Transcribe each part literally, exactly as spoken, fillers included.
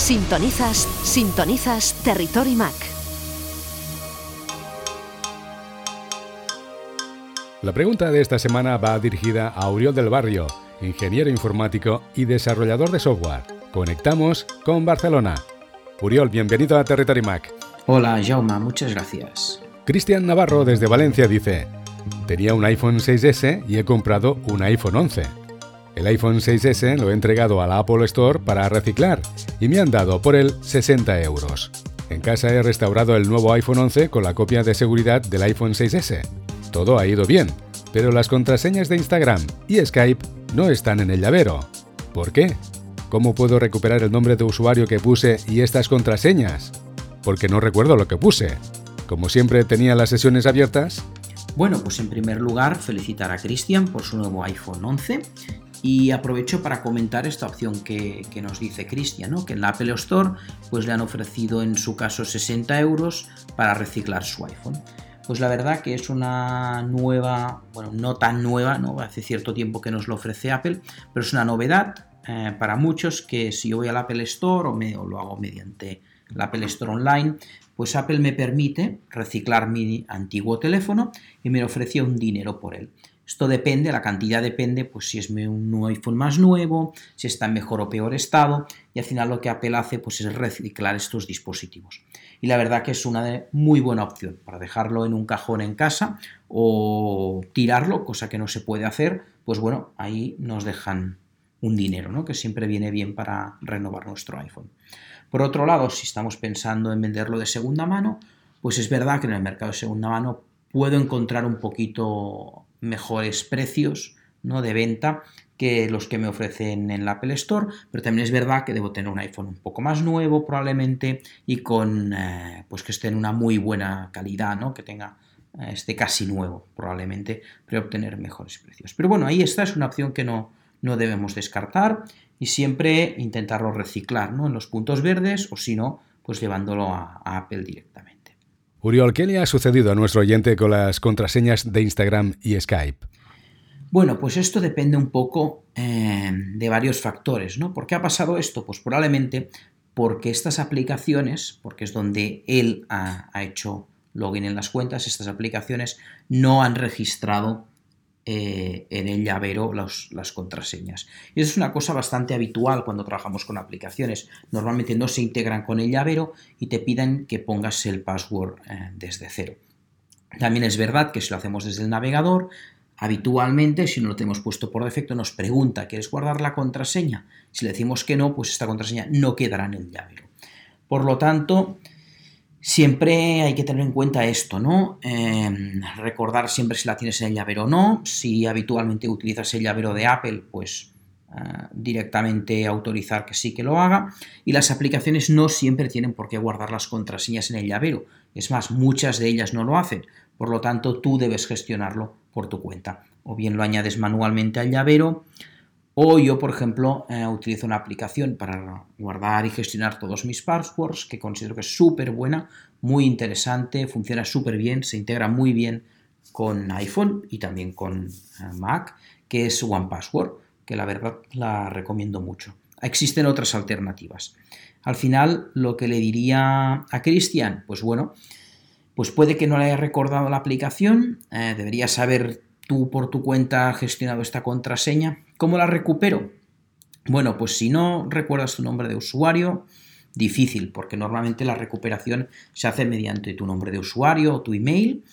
Sintonizas, sintonizas Territory Mac. La pregunta de esta semana va dirigida a Oriol del Barrio, ingeniero informático y desarrollador de software. Conectamos con Barcelona. Oriol, bienvenido a Territory Mac. Hola, Jaume, muchas gracias. Cristian Navarro desde Valencia dice: tenía un iPhone seis ese y he comprado un iPhone once. El iPhone seis ese lo he entregado a la Apple Store para reciclar y me han dado por él sesenta euros. En casa he restaurado el nuevo iPhone once con la copia de seguridad del iPhone seis ese. Todo ha ido bien, pero las contraseñas de Instagram y Skype no están en el llavero. ¿Por qué? ¿Cómo puedo recuperar el nombre de usuario que puse y estas contraseñas? Porque no recuerdo lo que puse. Como siempre tenía las sesiones abiertas. Bueno, pues en primer lugar felicitar a Cristian por su nuevo iPhone once y aprovecho para comentar esta opción que, que nos dice Cristian, ¿no? Que en la Apple Store pues le han ofrecido en su caso sesenta euros para reciclar su iPhone. Pues la verdad que es una nueva, bueno, no tan nueva, ¿no? Hace cierto tiempo que nos lo ofrece Apple, pero es una novedad eh, para muchos que si yo voy al Apple Store o, me, o lo hago mediante la Apple Store Online, pues Apple me permite reciclar mi antiguo teléfono y me ofrece un dinero por él. Esto depende, la cantidad depende, pues si es un iPhone más nuevo, si está en mejor o peor estado, y al final lo que Apple hace pues es reciclar estos dispositivos. Y la verdad que es una de muy buena opción para dejarlo en un cajón en casa o tirarlo, cosa que no se puede hacer, pues bueno, ahí nos dejan un dinero, ¿no? Que siempre viene bien para renovar nuestro iPhone. Por otro lado, si estamos pensando en venderlo de segunda mano, pues es verdad que en el mercado de segunda mano puedo encontrar un poquito mejores precios, ¿no? De venta que los que me ofrecen en la Apple Store, pero también es verdad que debo tener un iPhone un poco más nuevo probablemente y con eh, pues que esté en una muy buena calidad, ¿no? Que tenga eh, esté casi nuevo probablemente para obtener mejores precios. Pero bueno, ahí esta es una opción que no, no debemos descartar y siempre intentarlo reciclar, ¿no? En los puntos verdes o si no, pues llevándolo a, a Apple directamente. Oriol, ¿qué le ha sucedido a nuestro oyente con las contraseñas de Instagram y Skype? Bueno, pues esto depende un poco eh, de varios factores, ¿no? ¿Por qué ha pasado esto? Pues probablemente porque estas aplicaciones, porque es donde él ha, ha hecho login en las cuentas, estas aplicaciones no han registrado eh, en el llavero los, las contraseñas. Y eso es una cosa bastante habitual cuando trabajamos con aplicaciones. Normalmente no se integran con el llavero y te piden que pongas el password eh, desde cero. También es verdad que si lo hacemos desde el navegador, habitualmente, si no lo tenemos puesto por defecto, nos pregunta, ¿quieres guardar la contraseña? Si le decimos que no, pues esta contraseña no quedará en el llavero. Por lo tanto, siempre hay que tener en cuenta esto, ¿no? Eh, recordar siempre si la tienes en el llavero o no. Si habitualmente utilizas el llavero de Apple, pues eh, directamente autorizar que sí que lo haga. Y las aplicaciones no siempre tienen por qué guardar las contraseñas en el llavero. Es más, muchas de ellas no lo hacen. Por lo tanto, tú debes gestionarlo por tu cuenta. O bien lo añades manualmente al llavero, o yo, por ejemplo, eh, utilizo una aplicación para guardar y gestionar todos mis passwords, que considero que es súper buena, muy interesante, funciona súper bien, se integra muy bien con iPhone y también con eh, Mac, que es one password, que la verdad la recomiendo mucho. Existen otras alternativas. Al final, lo que le diría a Cristian, pues bueno, pues puede que no le haya recordado la aplicación, eh, deberías haber tú por tu cuenta gestionado esta contraseña. ¿Cómo la recupero? Bueno, pues si no recuerdas tu nombre de usuario, difícil, porque normalmente la recuperación se hace mediante tu nombre de usuario o tu email.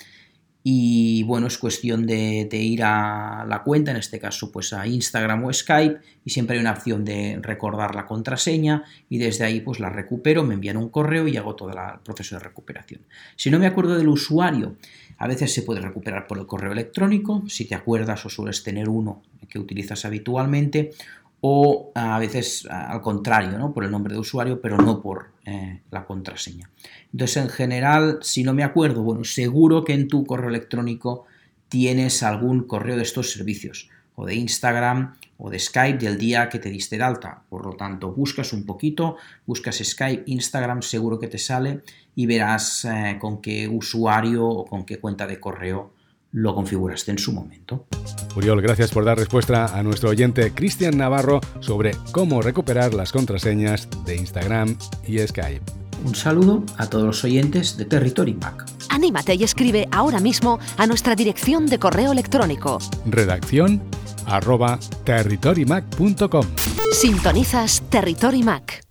Y bueno, es cuestión de, de ir a la cuenta, en este caso pues a Instagram o Skype, y siempre hay una opción de recordar la contraseña y desde ahí pues la recupero, me envían un correo y hago todo la, el proceso de recuperación. Si no me acuerdo del usuario, a veces se puede recuperar por el correo electrónico, si te acuerdas o sueles tener uno que utilizas habitualmente, o a veces al contrario, ¿no? Por el nombre de usuario, pero no por eh, la contraseña. Entonces, en general, si no me acuerdo, bueno, seguro que en tu correo electrónico tienes algún correo de estos servicios, o de Instagram, o de Skype del día que te diste de alta. Por lo tanto, buscas un poquito, buscas Skype, Instagram, seguro que te sale y verás eh, con qué usuario o con qué cuenta de correo lo configuraste en su momento. Uriol, gracias por dar respuesta a nuestro oyente Cristian Navarro sobre cómo recuperar las contraseñas de Instagram y Skype. Un saludo a todos los oyentes de Territory Mac. Anímate y escribe ahora mismo a nuestra dirección de correo electrónico. Redacción arroba territorymac punto com. Sintonizas Territory Mac.